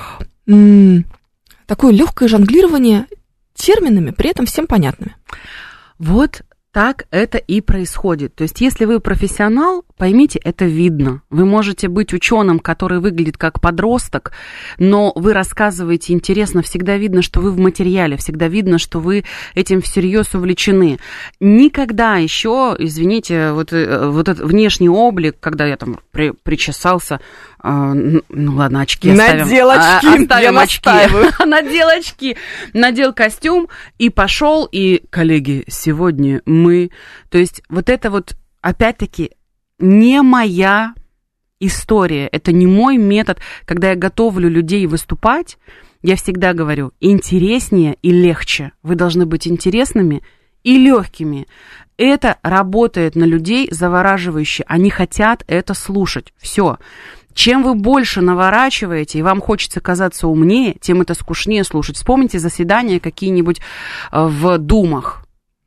такое легкое жонглирование терминами, при этом всем понятными. Вот так это и происходит. То есть, если вы профессионал, поймите, это видно. Вы можете быть ученым, который выглядит как подросток, но вы рассказываете интересно, всегда видно, что вы в материале, всегда видно, что вы этим всерьез увлечены. Никогда еще, извините, вот этот внешний облик, когда я там причесался, ладно, очки оставим. Надел очки, оставим очки. Надел очки, надел костюм и пошел, и, коллеги, сегодня мы... То есть вот это вот, опять-таки, не моя история, это не мой метод. Когда я готовлю людей выступать, я всегда говорю, интереснее и легче. Вы должны быть интересными и легкими. Это работает на людей завораживающе. Они хотят это слушать. Все. Чем вы больше наворачиваете, и вам хочется казаться умнее, тем это скучнее слушать. Вспомните заседания какие-нибудь в думах.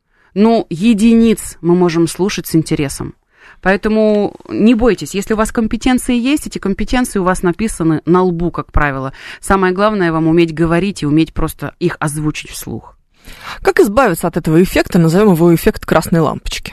Единиц мы можем слушать с интересом. Поэтому не бойтесь, если у вас компетенции есть, эти компетенции у вас написаны на лбу, как правило. Самое главное вам уметь говорить и уметь просто их озвучить вслух. Как избавиться от этого эффекта, назовем его эффект красной лампочки?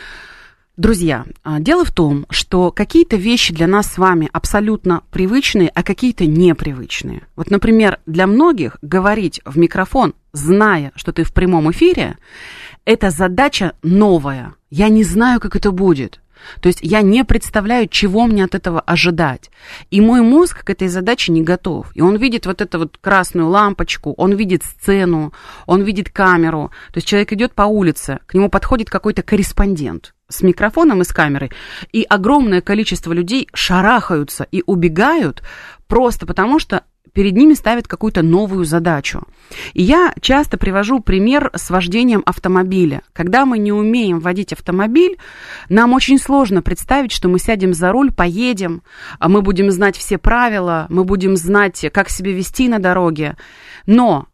Друзья, дело в том, что какие-то вещи для нас с вами абсолютно привычные, а какие-то непривычные. Вот, например, для многих говорить в микрофон, зная, что ты в прямом эфире, это задача новая. Я не знаю, как это будет. То есть я не представляю, чего мне от этого ожидать. И мой мозг к этой задаче не готов. И он видит вот эту вот красную лампочку, он видит сцену, он видит камеру. То есть человек идет по улице, к нему подходит какой-то корреспондент с микрофоном и с камерой, и огромное количество людей шарахаются и убегают просто потому, что перед ними ставят какую-то новую задачу. И я часто привожу пример с вождением автомобиля. Когда мы не умеем водить автомобиль, нам очень сложно представить, что мы сядем за руль, поедем, мы будем знать все правила, мы будем знать, как себя вести на дороге. Но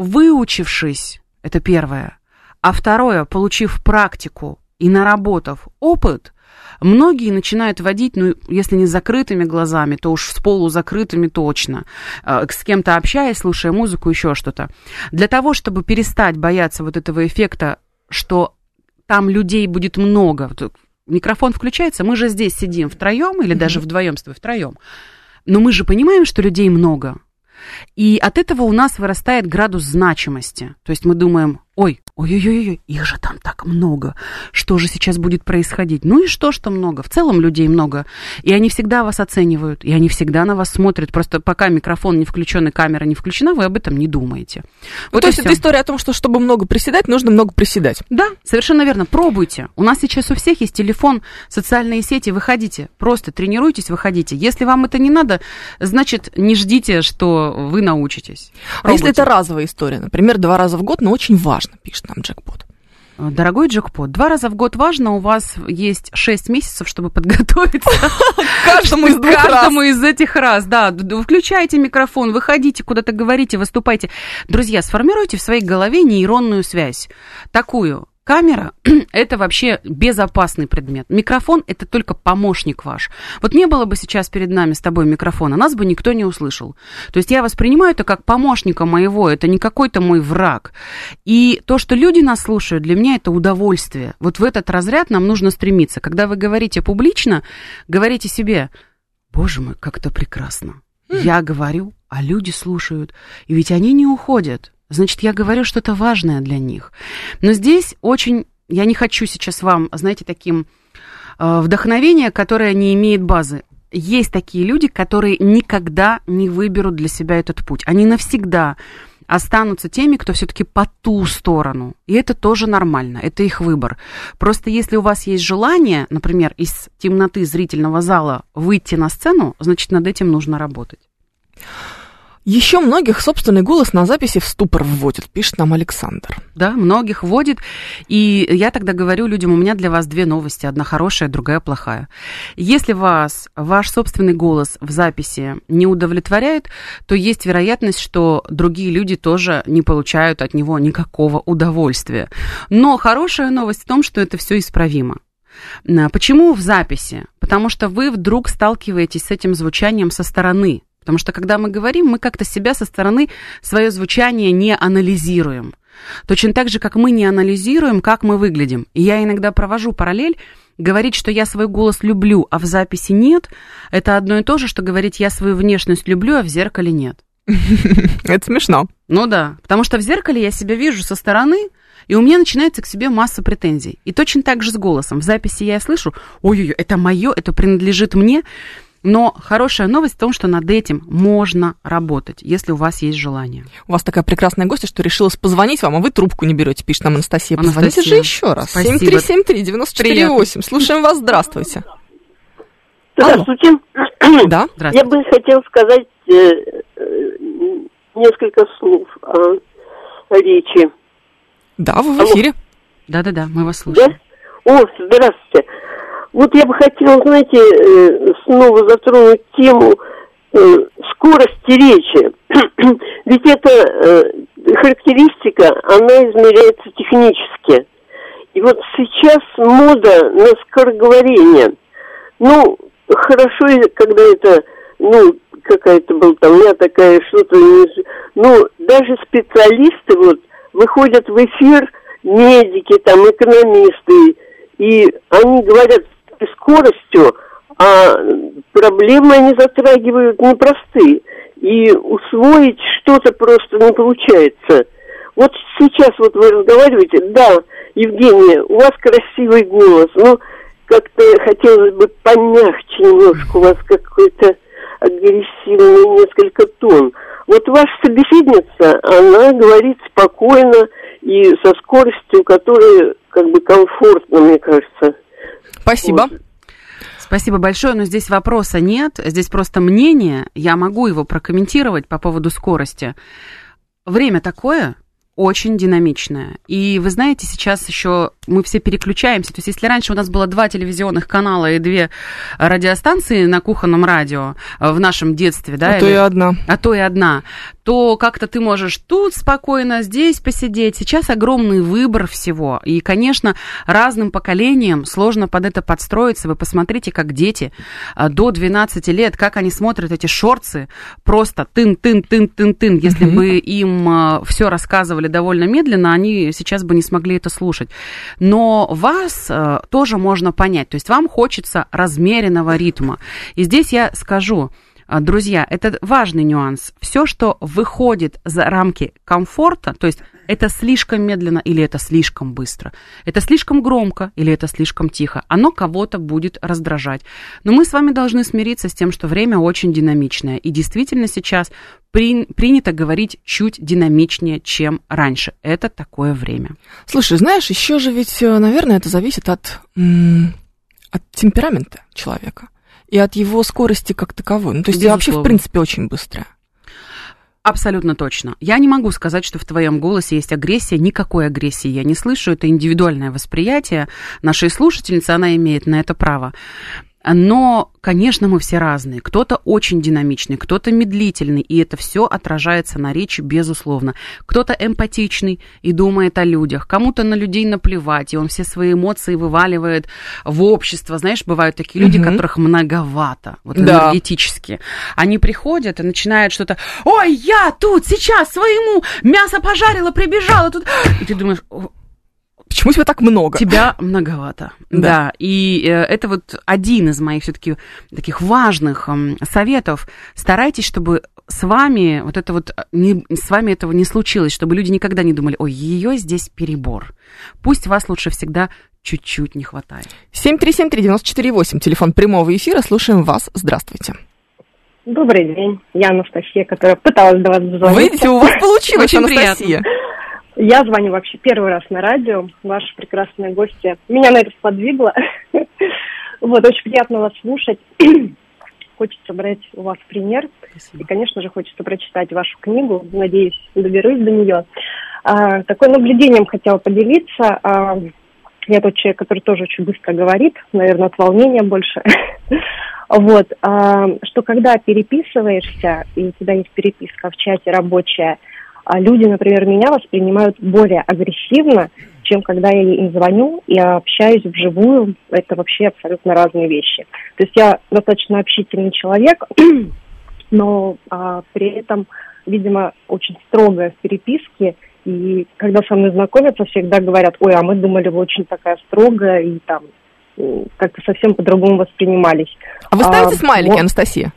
выучившись, это первое, а второе, получив практику и наработав опыт, многие начинают водить, если не с закрытыми глазами, то уж с полузакрытыми точно, с кем-то общаясь, слушая музыку, еще что-то. Для того, чтобы перестать бояться вот этого эффекта, что там людей будет много, микрофон включается, мы же здесь сидим втроем или даже вдвоем с тобой втроем, но мы же понимаем, что людей много. И от этого у нас вырастает градус значимости. То есть мы думаем, ой-ой-ой, их же там так много. Что же сейчас будет происходить? И что много? В целом людей много. И они всегда вас оценивают, и они всегда на вас смотрят. Просто пока микрофон не включен и камера не включена, вы об этом не думаете. То есть это история о том, что чтобы много приседать, нужно много приседать. Да, совершенно верно. Пробуйте. У нас сейчас у всех есть телефон, социальные сети. Выходите, просто тренируйтесь, выходите. Если вам это не надо, значит, не ждите, что вы научитесь. Пробуйте. А если это разовая история, например, 2 раза в год, но очень важно, пишет нам Джекпот. Дорогой Джекпот, 2 раза в год важно, у вас есть 6 месяцев, чтобы подготовиться к каждому из этих раз. Да, включайте микрофон, выходите, куда-то говорите, выступайте. Друзья, сформируйте в своей голове нейронную связь. Такую. Камера – это вообще безопасный предмет. Микрофон – это только помощник ваш. Вот не было бы сейчас перед нами с тобой микрофона, нас бы никто не услышал. То есть я воспринимаю это как помощника моего, это не какой-то мой враг. И то, что люди нас слушают, для меня это удовольствие. Вот в этот разряд нам нужно стремиться. Когда вы говорите публично, говорите себе, боже мой, как это прекрасно. Я говорю, а люди слушают. И ведь они не уходят. значит, я говорю что-то важное для них. Но здесь очень... Я не хочу сейчас вам, знаете, таким вдохновение, которое не имеет базы. Есть такие люди, которые никогда не выберут для себя этот путь. Они навсегда останутся теми, кто все-таки по ту сторону. И это тоже нормально, это их выбор. Просто если у вас есть желание, например, из темноты зрительного зала выйти на сцену, значит, над этим нужно работать. Еще многих собственный голос на записи в ступор вводит, пишет нам Александр. Да, многих вводит. И я тогда говорю людям, у меня для вас две новости. Одна хорошая, другая плохая. Если вас ваш собственный голос в записи не удовлетворяет, то есть вероятность, что другие люди тоже не получают от него никакого удовольствия. Но хорошая новость в том, что это все исправимо. Почему в записи? Потому что вы вдруг сталкиваетесь с этим звучанием со стороны. Потому что, когда мы говорим, мы как-то себя со стороны, свое звучание не анализируем. Точно так же, как мы не анализируем, как мы выглядим. И я иногда провожу параллель. Говорить, что я свой голос люблю, а в записи нет, это одно и то же, что говорить, я свою внешность люблю, а в зеркале нет. Это смешно. Ну да, потому что в зеркале я себя вижу со стороны, и у меня начинается к себе масса претензий. И точно так же с голосом. В записи я слышу, ой-ой-ой, это мое, это принадлежит мне. Но хорошая новость в том, что над этим можно работать, если у вас есть желание. У вас такая прекрасная гостья, что решилась позвонить вам, а вы трубку не берете, пишет нам Анастасия. Позвоните же еще раз. 7373-94-8. Слушаем вас, здравствуйте. Здравствуйте. Да? Я бы хотела сказать несколько слов о речи. Да, вы в эфире. Да-да-да, мы вас слушаем. Да? О, здравствуйте. Вот я бы хотела, знаете, снова затронуть тему скорости речи. Ведь эта характеристика, она измеряется технически. И вот сейчас мода на скороговорение. Ну, хорошо, когда это, ну, какая-то была там, у меня такая что-то... Ну, даже специалисты вот выходят в эфир, медики, там, экономисты, и они говорят скоростью, а проблемы они затрагивают непростые. И усвоить что-то просто не получается. Вот сейчас вот вы разговариваете, да, Евгения, у вас красивый голос, но как-то хотелось бы помягче немножко, у вас какой-то агрессивный несколько тон. Вот ваша собеседница, она говорит спокойно и со скоростью, которая как бы комфортна, мне кажется. Спасибо. Вот. Спасибо большое, но здесь вопроса нет, здесь просто мнение, я могу его прокомментировать по поводу скорости. Время такое очень динамичное. И вы знаете, сейчас еще мы все переключаемся. То есть если раньше у нас было 2 телевизионных канала и 2 радиостанции на кухонном радио в нашем детстве, да, то и одна. А то и одна, то как-то ты можешь тут спокойно, здесь посидеть. Сейчас огромный выбор всего. И, конечно, разным поколениям сложно под это подстроиться. Вы посмотрите, как дети до 12 лет, как они смотрят эти шорцы, просто тын-тын-тын-тын-тын. Если бы им все рассказывали довольно медленно, они сейчас бы не смогли это слушать. Но вас тоже можно понять. То есть вам хочется размеренного ритма. И здесь я скажу... Друзья, это важный нюанс. Все, что выходит за рамки комфорта, то есть это слишком медленно или это слишком быстро, это слишком громко или это слишком тихо, оно кого-то будет раздражать. Но мы с вами должны смириться с тем, что время очень динамичное. И действительно сейчас принято говорить чуть динамичнее, чем раньше. Это такое время. Слушай, знаешь, еще же ведь, наверное, это зависит от темперамента человека. И от его скорости как таковой. Ну, то есть я вообще, в принципе, очень быстрая. Абсолютно точно. Я не могу сказать, что в твоем голосе есть агрессия. Никакой агрессии я не слышу. Это индивидуальное восприятие нашей слушательницы. Она имеет на это право. Но, конечно, мы все разные. Кто-то очень динамичный, кто-то медлительный, и это все отражается на речи, безусловно. Кто-то эмпатичный и думает о людях, кому-то на людей наплевать, и он все свои эмоции вываливает в общество. Знаешь, бывают такие люди, которых многовато, вот энергетически. Они приходят и начинают что-то: «Ой, я тут сейчас своему мясо пожарила, прибежала тут». И ты думаешь... Почему тебя так много? Тебя многовато, да. И это вот один из моих все-таки таких важных советов. Старайтесь, чтобы с вами вот это вот, с вами этого не случилось, чтобы люди никогда не думали, ой, ее здесь перебор. Пусть вас лучше всегда чуть-чуть не хватает. 7373948, телефон прямого эфира, слушаем вас. Здравствуйте. Добрый день, я Анастасия, которая пыталась до вас дозвониться. Вы видите, у вас получилось, Очень Анастасия. Я звоню вообще первый раз на радио, ваши прекрасные гости. Меня на это сподвигло. Вот, очень приятно вас слушать. Хочется брать у вас пример. Спасибо. И, конечно же, хочется прочитать вашу книгу. Надеюсь, доберусь до нее. Такое наблюдением хотела поделиться. Я тот человек, который тоже очень быстро говорит, наверное, от волнения больше. Вот, что когда переписываешься, и у тебя есть переписка в чате рабочая, люди, например, меня воспринимают более агрессивно, чем когда я им звоню и общаюсь вживую. Это вообще абсолютно разные вещи. То есть я достаточно общительный человек, но при этом, видимо, очень строгая в переписке. И когда со мной знакомятся, всегда говорят, ой, а мы думали, вы очень такая строгая, и там как-то совсем по-другому воспринимались. А вы ставите смайлики, Анастасия?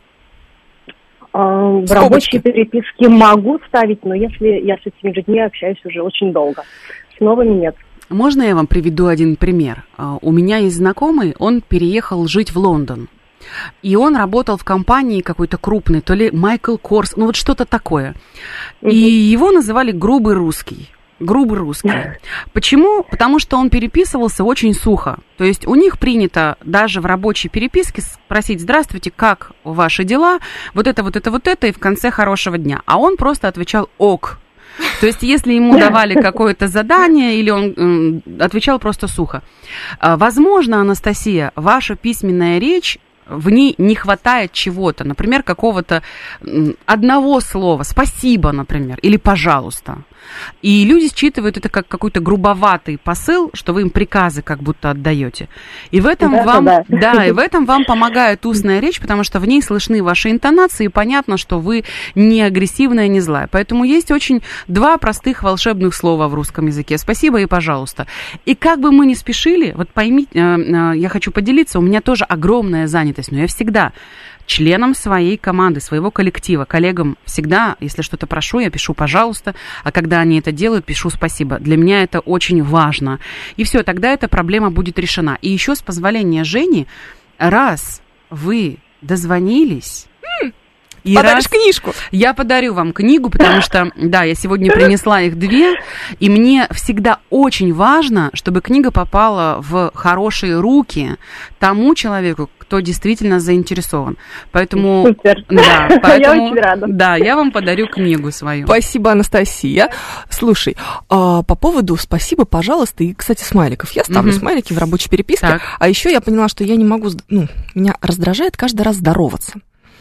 В рабочей переписке могу ставить, но если я с этими людьми общаюсь уже очень долго. С новыми нет. Можно я вам приведу один пример? У меня есть знакомый, он переехал жить в Лондон. И он работал в компании какой-то крупной, то ли Майкл Корс, ну вот что-то такое. И его называли грубый русский. Грубый русский. Почему? Потому что он переписывался очень сухо. То есть у них принято даже в рабочей переписке спросить: здравствуйте, как ваши дела? Вот это, и в конце хорошего дня. А он просто отвечал ок. То есть если ему давали какое-то задание, или он отвечал просто сухо. Возможно, Анастасия, ваша письменная речь, в ней не хватает чего-то, например, какого-то одного слова, спасибо, например, или пожалуйста. И люди считывают это как какой-то грубоватый посыл, что вы им приказы как будто отдаете. И в этом и в этом вам помогает устная речь, потому что в ней слышны ваши интонации, и понятно, что вы не агрессивная, не злая. Поэтому есть очень два простых волшебных слова в русском языке: спасибо и пожалуйста. И как бы мы ни спешили, вот поймите, я хочу поделиться, у меня тоже огромная занятость, но я всегда членам своей команды, своего коллектива, коллегам всегда, если что-то прошу, я пишу «пожалуйста», а когда они это делают, пишу «спасибо». Для меня это очень важно. И все, тогда эта проблема будет решена. И еще, с позволения Жени, раз вы дозвонились... Подаришь книжку. Я подарю вам книгу, потому что, да, я сегодня принесла их 2, и мне всегда очень важно, чтобы книга попала в хорошие руки тому человеку, кто действительно заинтересован. Поэтому... Супер. Да, поэтому, я очень рада. Да, я вам подарю книгу свою. Спасибо, Анастасия. Слушай, по поводу «спасибо, пожалуйста», и, кстати, смайликов. Я ставлю смайлики в рабочей переписке, так. А еще я поняла, что я не могу... меня раздражает каждый раз здороваться.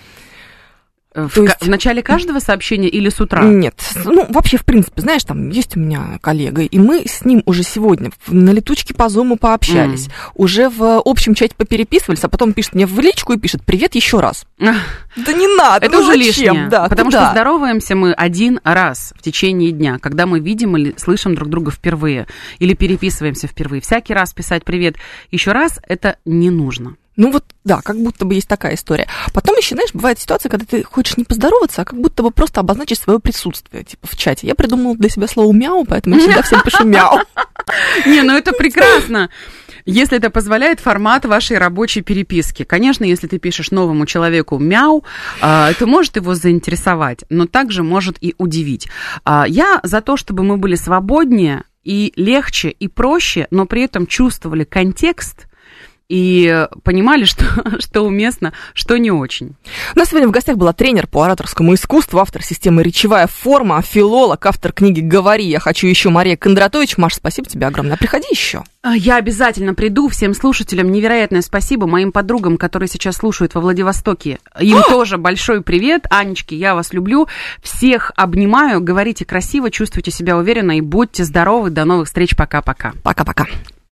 В начале каждого сообщения или с утра? Нет, вообще, в принципе, знаешь, там есть у меня коллега, и мы с ним уже сегодня на летучке по зуму пообщались, уже в общем чате попереписывались, а потом пишет мне в личку и пишет: привет еще раз. Да не надо, это уже лишнее, потому что здороваемся мы один раз в течение дня, когда мы видим или слышим друг друга впервые, или переписываемся впервые. Всякий раз писать «привет» еще раз — это не нужно. Как будто бы есть такая история. Потом еще, знаешь, бывает ситуация, когда ты хочешь не поздороваться, а как будто бы просто обозначить свое присутствие, типа в чате. Я придумала для себя слово «мяу», поэтому я всегда всем пишу «мяу». Не, это прекрасно. Если это позволяет формат вашей рабочей переписки. Конечно, если ты пишешь новому человеку «мяу», это может его заинтересовать, но также может и удивить. Я за то, чтобы мы были свободнее и легче, и проще, но при этом чувствовали контекст и понимали, что уместно, что не очень. У нас сегодня в гостях была тренер по ораторскому искусству, автор системы «Речевая форма», филолог, автор книги «Говори, я хочу еще» Мария Кондратович. Маш, спасибо тебе огромное. Приходи еще. Я обязательно приду. Всем слушателям невероятное спасибо. Моим подругам, которые сейчас слушают во Владивостоке, им тоже большой привет. Анечки, я вас люблю. Всех обнимаю. Говорите красиво, чувствуйте себя уверенно и будьте здоровы. До новых встреч. Пока-пока. Пока-пока.